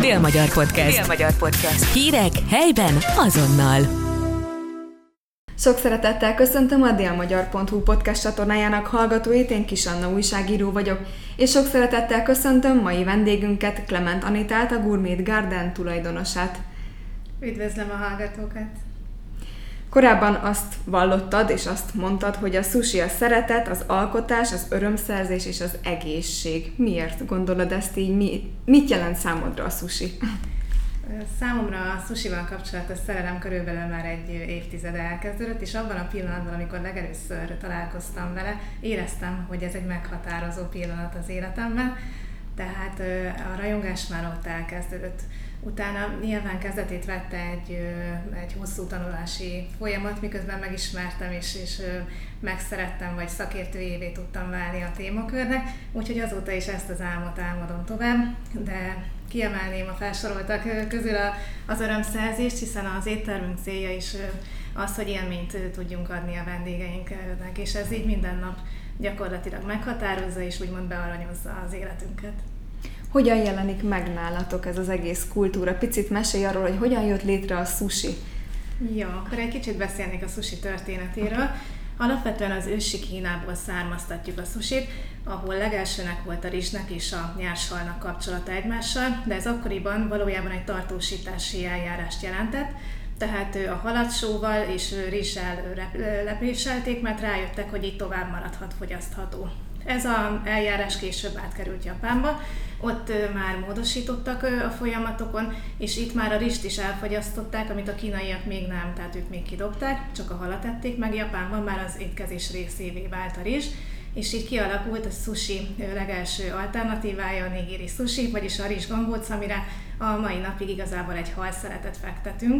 Dél-Magyar Podcast. Dél-Magyar Podcast. Hírek helyben azonnal. Sok szeretettel köszöntöm a Délmagyar.hu podcast csatornájának hallgatóit, én Kis Anna újságíró vagyok, és sok szeretettel köszöntöm mai vendégünket, Klement Anitát, a Gourmet Garden tulajdonosát. Üdvözlöm a hallgatókat! Korábban azt vallottad és azt mondtad, hogy a sushi a szeretet, az alkotás, az örömszerzés és az egészség. Miért gondolod ezt így? Mit jelent számodra a sushi? Számomra a sushival kapcsolatos szerelem körülbelül már egy évtizede elkezdődött, és abban a pillanatban, amikor legelőször találkoztam vele, éreztem, hogy ez egy meghatározó pillanat az életemben, tehát a rajongás már ott elkezdődött. Utána nyilván kezdetét vette egy hosszú tanulási folyamat, miközben megismertem és megszerettem, vagy szakértőjévé tudtam válni a témakörnek, úgyhogy azóta is ezt az álmot álmodom tovább, de kiemelném a felsoroltak közül az örömszerzést, hiszen az éttermünk célja is az, hogy élményt tudjunk adni a vendégeinknek, és ez így minden nap gyakorlatilag meghatározza és úgymond bearanyozza az életünket. Hogyan jelenik meg nálatok ez az egész kultúra? Picit mesélj arról, hogy hogyan jött létre a sushi. Jó, akkor egy kicsit beszélnék a sushi történetéről. Alapvetően az ősi Kínából származtatjuk a sushit, ahol legelsőnek volt a rizsnek és a nyárshalnak kapcsolata egymással, de ez akkoriban valójában egy tartósítási eljárást jelentett, tehát a halat sóval és rizssel lepréselték, mert rájöttek, hogy így tovább maradhat fogyasztható. Ez az eljárás később átkerült Japánba, ott már módosítottak a folyamatokon, és itt már a rizst is elfogyasztották, amit a kínaiak még nem, tehát ők még kidobták, csak a halat ették meg. Japánban már az étkezés részévé vált a rizs, és így kialakult a sushi legelső alternatívája, a nigiri sushi, vagyis a rizs gombóc, amire a mai napig igazából egy halszeletet fektetünk.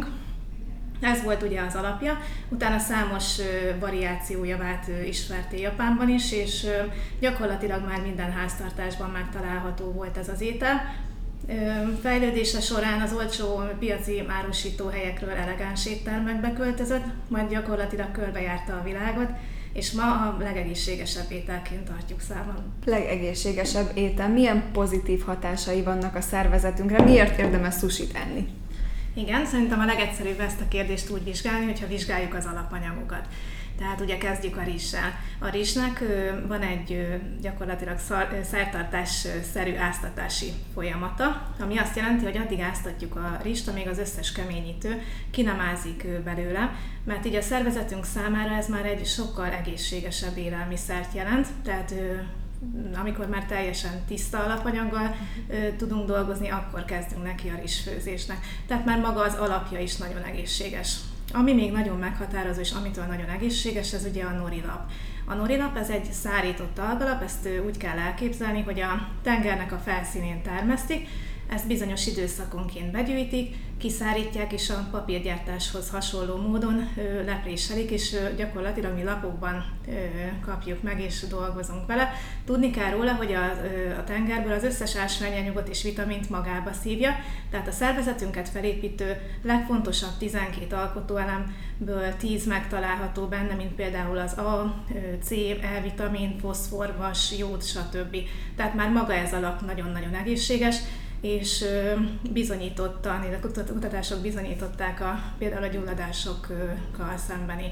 Ez volt ugye az alapja, utána számos variációja vált ismertté Japánban is, és gyakorlatilag már minden háztartásban megtalálható volt ez az étel. Fejlődése során az olcsó piaci árusítóhelyekről elegáns éttermekbe költözött, majd gyakorlatilag körbejárta a világot, és ma a legegészségesebb ételként tartjuk számon. Legegészségesebb étel. Milyen pozitív hatásai vannak a szervezetünkre? Miért érdemes sushit enni? Igen, szerintem a legegyszerűbb ezt a kérdést úgy vizsgálni, hogyha vizsgáljuk az alapanyagokat. Tehát ugye kezdjük a rizssel. A rizsnek van egy gyakorlatilag szertartásszerű áztatási folyamata, ami azt jelenti, hogy addig áztatjuk a rizst, amíg az összes keményítő ki nem ázik belőle, mert így a szervezetünk számára ez már egy sokkal egészségesebb élelmiszert jelent, tehát amikor már teljesen tiszta alapanyaggal tudunk dolgozni, akkor kezdünk neki a rizsfőzésnek. Tehát már maga az alapja is nagyon egészséges. Ami még nagyon meghatározó, és amitől nagyon egészséges, ez ugye a norilap. A norilap ez egy szárított algalap, ezt úgy kell elképzelni, hogy a tengernek a felszínén termesztik, ezt bizonyos időszakonként begyűjtik, kiszárítják, és a papírgyártáshoz hasonló módon lepréselik, és gyakorlatilag mi lapokban kapjuk meg, és dolgozunk vele. Tudni kell róla, hogy a tengerből az összes ásványanyagot és vitamint magába szívja, tehát a szervezetünket felépítő legfontosabb 12 alkotóelemből 10 megtalálható benne, mint például az A, C, E-vitamin, foszfor, vas, jód, stb. Tehát már maga ez a lap nagyon-nagyon egészséges, és bizonyítottan, illetve kutatások bizonyították például a gyulladásokkal szembeni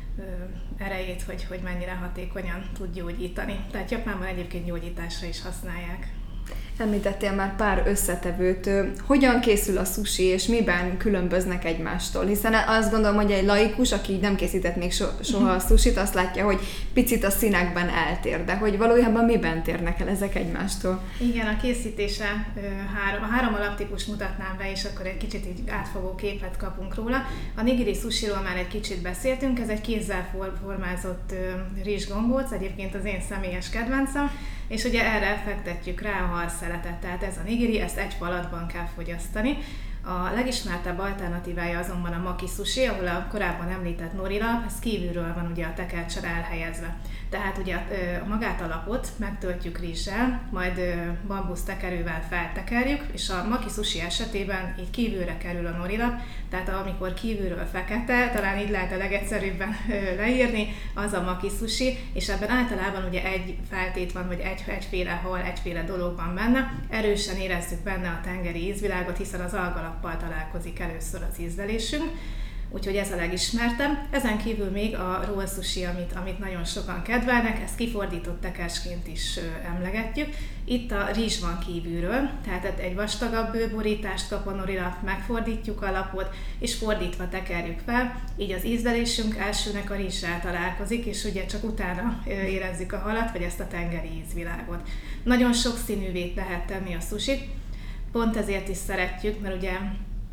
erejét, hogy mennyire hatékonyan tud gyógyítani. Tehát Japánban egyébként gyógyításra is használják. Említettél már pár összetevőt. Hogyan készül a sushi, és miben különböznek egymástól? Hiszen azt gondolom, hogy egy laikus, aki nem készített még soha a sushit, azt látja, hogy picit a színekben eltér, de hogy valójában miben térnek el ezek egymástól? Igen, a készítése a három alaptípus mutatnám be, és akkor egy kicsit így átfogó képet kapunk róla. A nigiri sushiról már egy kicsit beszéltünk, ez egy kézzel formázott rizsgombóc, egyébként az én személyes kedvencem, és ugye erre fektetjük rá a halszeletet, tehát ez a nigiri, ezt egy falatban kell fogyasztani. A legismertebb alternatívája azonban a maki sushi, ahol a korábban említett norilap, ez kívülről van ugye a tekercsere elhelyezve. Tehát ugye magát a lapot megtöltjük rizssel, majd bambusz tekerővel feltekerjük, és a maki sushi esetében így kívülre kerül a norilap, tehát amikor kívülről fekete, talán így lehet a legegyszerűbben leírni, az a maki sushi, és ebben általában ugye egy feltét van, vagy egyféle hal, egyféle dolog van benne. Erősen érezzük benne a tengeri ízvilágot, hiszen az algalappal találkozik először az ízlelésünk. Úgyhogy ez a legismertebb. Ezen kívül még a roll sushi, amit nagyon sokan kedvelnek, ezt kifordított tekercsként is emlegetjük. Itt a rizs van kívülről, tehát egy vastagabb borítást kap a norilap, megfordítjuk a lapot, és fordítva tekerjük fel, így az ízlelésünk elsőnek a rizssel találkozik, és ugye csak utána érezzük a halat, vagy ezt a tengeri ízvilágot. Nagyon sokszínűvé lehet tenni a sushit, pont ezért is szeretjük, mert ugye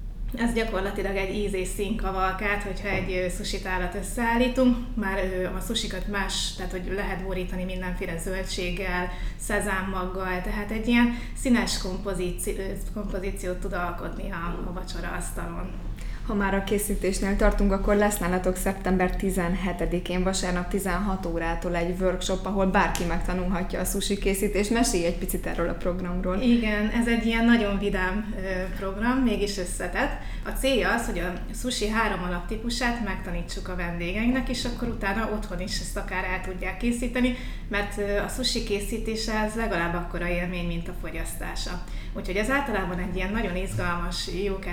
ez gyakorlatilag egy íz- és színkavalkát, hogyha egy sushi tálat összeállítunk, már a sushikat más, tehát hogy lehet borítani mindenféle zöldséggel, szezámmaggal, tehát egy ilyen színes kompozíciót tud alkotni a vacsora asztalon. Ha már a készítésnél tartunk, akkor lesz nálatok szeptember 17-én, vasárnap 16 órától egy workshop, ahol bárki megtanulhatja a sushi készítést. Mesélj egy picit erről a programról. Igen, ez egy ilyen nagyon vidám program, mégis összetett. A célja az, hogy a sushi 3 alaptípusát megtanítsuk a vendégeinknek, és akkor utána otthon is ezt akár el tudják készíteni, mert a sushi készítése az legalább akkora élmény, mint a fogyasztása. Úgyhogy ez általában egy ilyen nagyon izgalmas,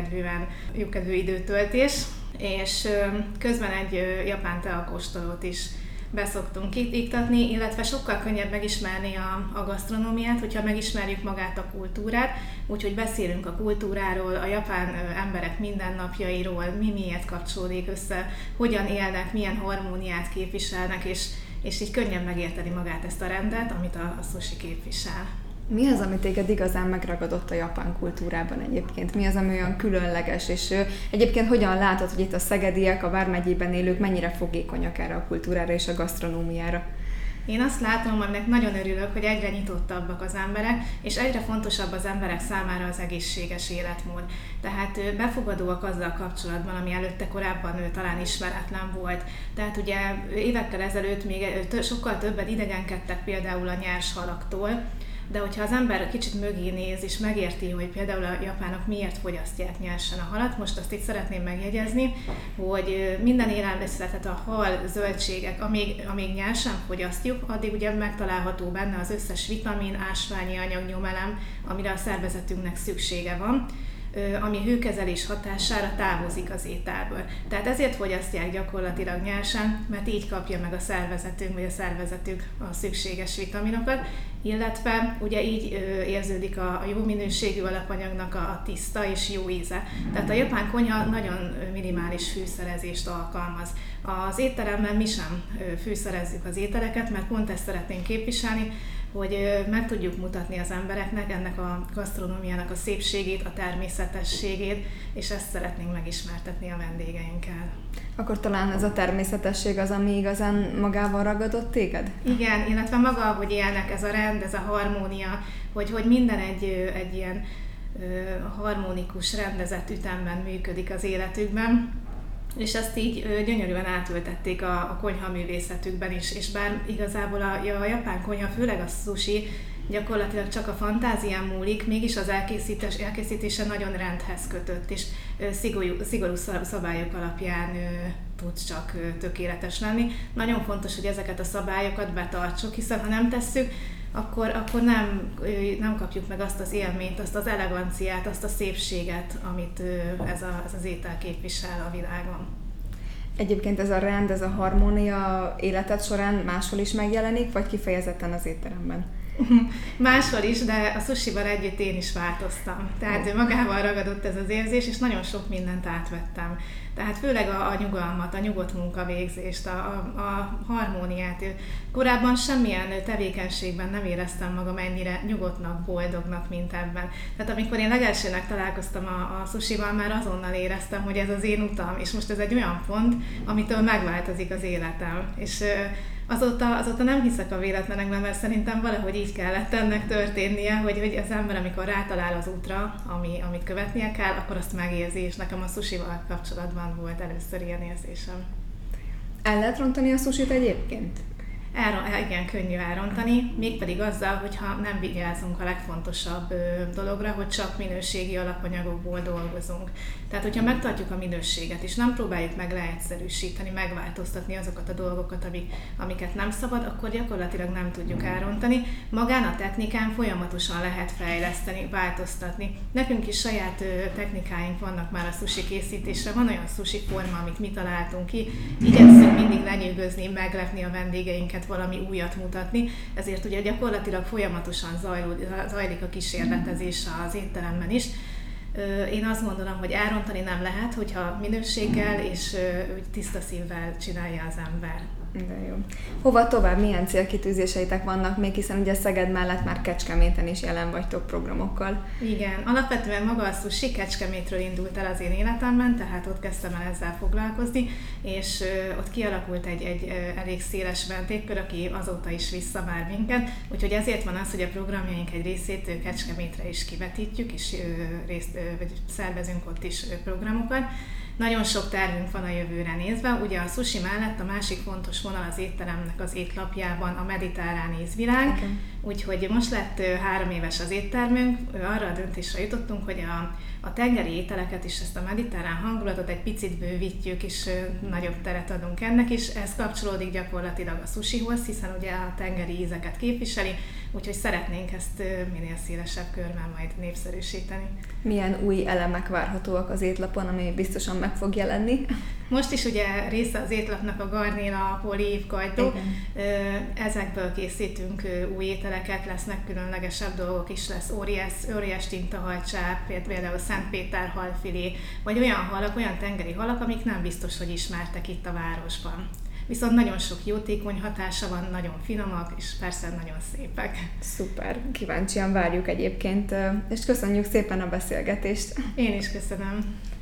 jókedvű időtöltés, és közben egy japán teakóstolót is beszoktunk iktatni, illetve sokkal könnyebb megismerni a gasztronómiát, hogyha megismerjük magát a kultúrát, úgyhogy beszélünk a kultúráról, a japán emberek mindennapjairól, mi miért kapcsolódik össze, hogyan élnek, milyen harmóniát képviselnek, és így könnyebb megérteni magát ezt a rendet, amit a sushi képvisel. Mi az, ami téged igazán megragadott a japán kultúrában egyébként? Mi az, ami olyan különleges? És egyébként hogyan látod, hogy itt a szegediek, a vármegyében élők mennyire fogékonyak erre a kultúrára és a gasztronómiára? Én azt látom, aminek nagyon örülök, hogy egyre nyitottabbak az emberek, és egyre fontosabb az emberek számára az egészséges életmód. Tehát befogadóak azzal kapcsolatban, ami előtte korábban talán ismeretlen volt. Tehát ugye évekkel ezelőtt még sokkal többen idegenkedtek például a nyers halaktól, de hogyha az ember kicsit mögé néz és megérti, hogy például a japánok miért fogyasztják nyersen a halat, most azt itt szeretném megjegyezni, hogy minden élelmiszert, a hal, zöldségek, amíg nyersen fogyasztjuk, addig ugye megtalálható benne az összes vitamin, ásványi anyag, nyomelem, amire a szervezetünknek szüksége van, ami hőkezelés hatására távozik az ételből. Tehát ezért fogyasztják gyakorlatilag nyersen, mert így kapja meg a szervezetünk, vagy a szervezetük a szükséges vitaminokat, illetve ugye így érződik a jó minőségű alapanyagnak a tiszta és jó íze. Tehát a japán konyha nagyon minimális fűszerezést alkalmaz. Az étteremben mi sem fűszerezzük az ételeket, mert pont ezt szeretnénk képviselni, hogy meg tudjuk mutatni az embereknek ennek a gasztronómiának a szépségét, a természetességét, és ezt szeretnénk megismertetni a vendégeinkkel. Akkor talán ez a természetesség az, ami igazán magával ragadott téged? Igen, illetve maga, hogy élnek, ez a rend, ez a harmónia, hogy minden egy ilyen harmonikus, rendezett ütemben működik az életükben, és ezt így gyönyörűen átültették a konyhaművészetükben is, és bár igazából a japán konyha, főleg a sushi, gyakorlatilag csak a fantázián múlik, mégis az elkészítése nagyon rendhez kötött, és szigorú szabályok alapján tud csak tökéletes lenni. Nagyon fontos, hogy ezeket a szabályokat betartsuk, hiszen ha nem tesszük, akkor nem kapjuk meg azt az élményt, azt az eleganciát, azt a szépséget, amit ez az étel képvisel a világon. Egyébként ez a rend, ez a harmónia életed során máshol is megjelenik, vagy kifejezetten az étteremben? Máshol is, de a sushival együtt én is változtam. Tehát magával ragadott ez az érzés, és nagyon sok mindent átvettem. Tehát főleg a nyugalmat, a nyugodt munkavégzést, a harmóniát. Korábban semmilyen tevékenységben nem éreztem magam ennyire nyugodtnak, boldognak, mint ebben. Tehát amikor én legelsőnek találkoztam a sushival, már azonnal éreztem, hogy ez az én utam, és most ez egy olyan pont, amitől megváltozik az életem. És Azóta nem hiszek a véletlenekben, mert szerintem valahogy így kellett ennek történnie, hogy az ember, amikor rátalál az útra, amit követnie kell, akkor azt megérzi, és nekem a sushival kapcsolatban volt először ilyen érzésem. El lehet rontani a sushit egyébként? Igen, könnyű elrontani, mégpedig azzal, hogyha nem vigyázunk a legfontosabb dologra, hogy csak minőségi alapanyagokból dolgozunk. Tehát, hogyha megtartjuk a minőséget, és nem próbáljuk meg leegyszerűsíteni, megváltoztatni azokat a dolgokat, amiket nem szabad, akkor gyakorlatilag nem tudjuk elrontani. Magán a technikán folyamatosan lehet fejleszteni, változtatni. Nekünk is saját technikáink vannak már a sushi készítésre, van olyan sushi forma, amit mi találtunk ki, igyekszünk mindig lenyűgözni, meglepni a vendégeinket, valami újat mutatni, ezért ugye gyakorlatilag folyamatosan zajlik a kísérletezés az étteremben is. Én azt gondolom, hogy elrontani nem lehet, hogyha minőséggel és tiszta szívvel csinálja az ember. De jó. Hova tovább, milyen célkitűzéseitek vannak még, hiszen ugye Szeged mellett már Kecskeméten is jelen vagytok programokkal. Igen, alapvetően maga a sushi Kecskemétről indult el az én életemben, tehát ott kezdtem el ezzel foglalkozni, és ott kialakult egy elég széles vendégkör, aki azóta is vissza már minket, úgyhogy ezért van az, hogy a programjaink egy részét Kecskemétre is kivetítjük, és vagy szervezünk ott is programokat. Nagyon sok tervünk van a jövőre nézve, ugye a sushi mellett a másik fontos vonal az étteremnek az étlapjában a mediterrán ízvilág, úgyhogy most lett 3 éves az éttermünk, arra a döntésre jutottunk, hogy a tengeri ételeket és ezt a mediterrán hangulatot egy picit bővítjük, és nagyobb teret adunk ennek is. Ez kapcsolódik gyakorlatilag a sushihoz, hiszen ugye a tengeri ízeket képviseli, úgyhogy szeretnénk ezt minél szélesebb körben majd népszerűsíteni. Milyen új elemek várhatóak az étlapon, ami biztosan meg fog jelenni? Most is ugye része az étlapnak a garnéla, polív, kagyló. Ezekből készítünk új ételeket, lesznek különlegesebb dolgok is, lesz óriás tintahalcsáp, például Szentpéter halfilé, vagy olyan halak, olyan tengeri halak, amik nem biztos, hogy ismertek itt a városban. Viszont nagyon sok jótékony hatása van, nagyon finomak, és persze nagyon szépek. Szuper, kíváncsian várjuk egyébként, és köszönjük szépen a beszélgetést. Én is köszönöm.